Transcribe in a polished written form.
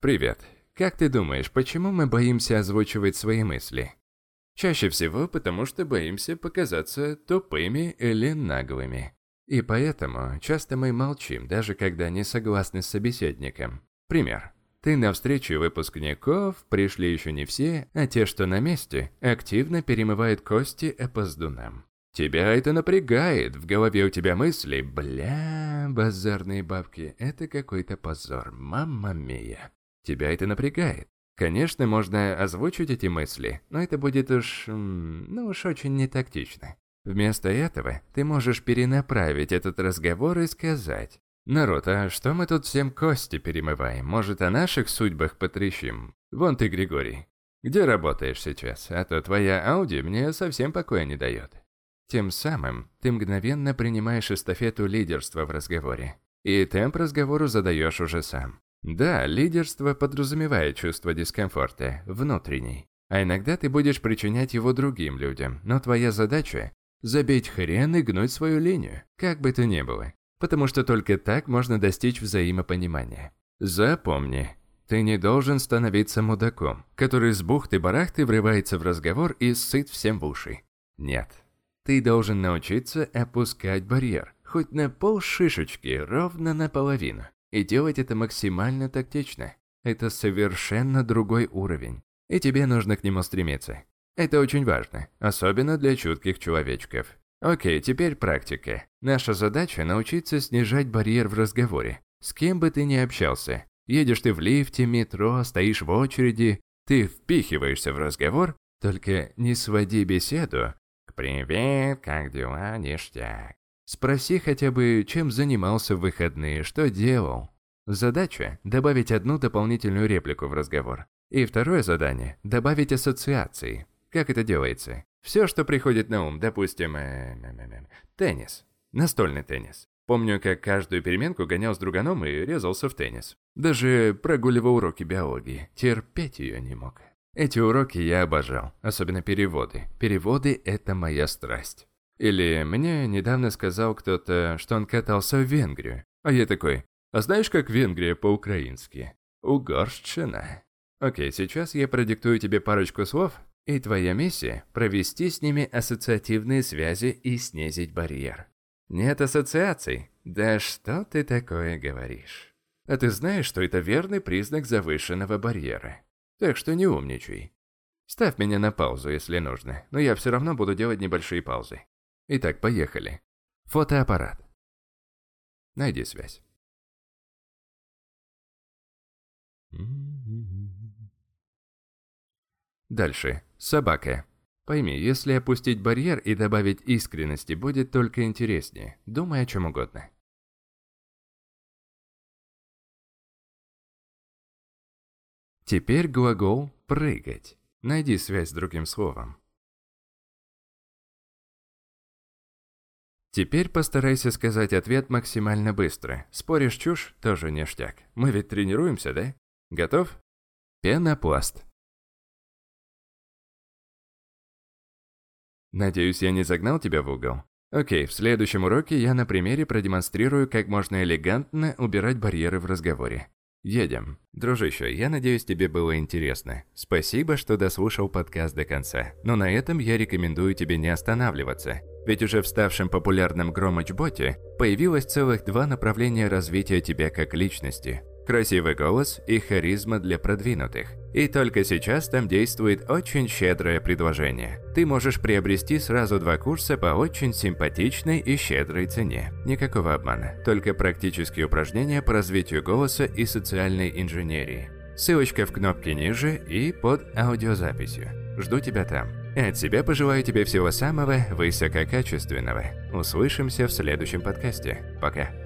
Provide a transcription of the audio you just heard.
Привет. Как ты думаешь, почему мы боимся озвучивать свои мысли? Чаще всего потому, что боимся показаться тупыми или наглыми. И поэтому часто мы молчим, даже когда не согласны с собеседником. Пример. Ты на встречу выпускников, пришли еще не все, а те, что на месте, активно перемывают кости опоздунам. Тебя это напрягает, в голове у тебя мысли, бля, базарные бабки, это какой-то позор, мамма мия. Тебя это напрягает. Конечно, можно озвучить эти мысли, но это будет уж очень нетактично. Вместо этого ты можешь перенаправить этот разговор и сказать: «Народ, а что мы тут всем кости перемываем? Может, о наших судьбах потрещим? Вон ты, Григорий. Где работаешь сейчас? А то твоя Ауди мне совсем покоя не дает». Тем самым ты мгновенно принимаешь эстафету лидерства в разговоре. И темп разговору задаешь уже сам. Да, лидерство подразумевает чувство дискомфорта, внутренний. А иногда ты будешь причинять его другим людям, но твоя задача – забить хрен и гнуть свою линию, как бы то ни было. Потому что только так можно достичь взаимопонимания. Запомни, ты не должен становиться мудаком, который с бухты-барахты врывается в разговор и ссыт всем в уши. Нет. Ты должен научиться опускать барьер, хоть на полшишечки, ровно наполовину. И делать это максимально тактично. Это совершенно другой уровень. И тебе нужно к нему стремиться. Это очень важно, особенно для чутких человечков. Окей, теперь практика. Наша задача – научиться снижать барьер в разговоре. С кем бы ты ни общался. Едешь ты в лифте, метро, стоишь в очереди. Ты впихиваешься в разговор, только не своди беседу. «Привет, как дела, ништяк?» Спроси хотя бы, чем занимался в выходные, что делал. Задача – добавить одну дополнительную реплику в разговор. И второе задание – добавить ассоциации. Как это делается? Все, что приходит на ум, допустим, теннис. Настольный теннис. Помню, как каждую переменку гонял с друганом и резался в теннис. Даже прогуливал уроки биологии. Терпеть ее не мог. Эти уроки я обожал, особенно переводы. Переводы – это моя страсть. Или мне недавно сказал кто-то, что он катался в Венгрию. А я такой: а знаешь, как Венгрия по-украински? Угорщина. Окей, сейчас я продиктую тебе парочку слов, и твоя миссия – провести с ними ассоциативные связи и снизить барьер. Нет ассоциаций? Да что ты такое говоришь? А ты знаешь, что это верный признак завышенного барьера. Так что не умничай. Ставь меня на паузу, если нужно, но я все равно буду делать небольшие паузы. Итак, поехали. Фотоаппарат. Найди связь. Дальше. Собака. Пойми, если опустить барьер и добавить искренности, будет только интереснее. Думай о чем угодно. Теперь глагол «прыгать». Найди связь с другим словом. Теперь постарайся сказать ответ максимально быстро. Споришь чушь – тоже ништяк. Мы ведь тренируемся, да? Готов? Пенопласт. Надеюсь, я не загнал тебя в угол? Окей, в следующем уроке я на примере продемонстрирую, как можно элегантно убирать барьеры в разговоре. Едем. Дружище, я надеюсь, тебе было интересно. Спасибо, что дослушал подкаст до конца. Но на этом я рекомендую тебе не останавливаться. Ведь уже в ставшем популярном Громыч-боте появилось целых 2 направления развития тебя как личности. Красивый голос и харизма для продвинутых. И только сейчас там действует очень щедрое предложение. Ты можешь приобрести сразу 2 курса по очень симпатичной и щедрой цене. Никакого обмана, только практические упражнения по развитию голоса и социальной инженерии. Ссылочка в кнопке ниже и под аудиозаписью. Жду тебя там. И от себя пожелаю тебе всего самого высококачественного. Услышимся в следующем подкасте. Пока.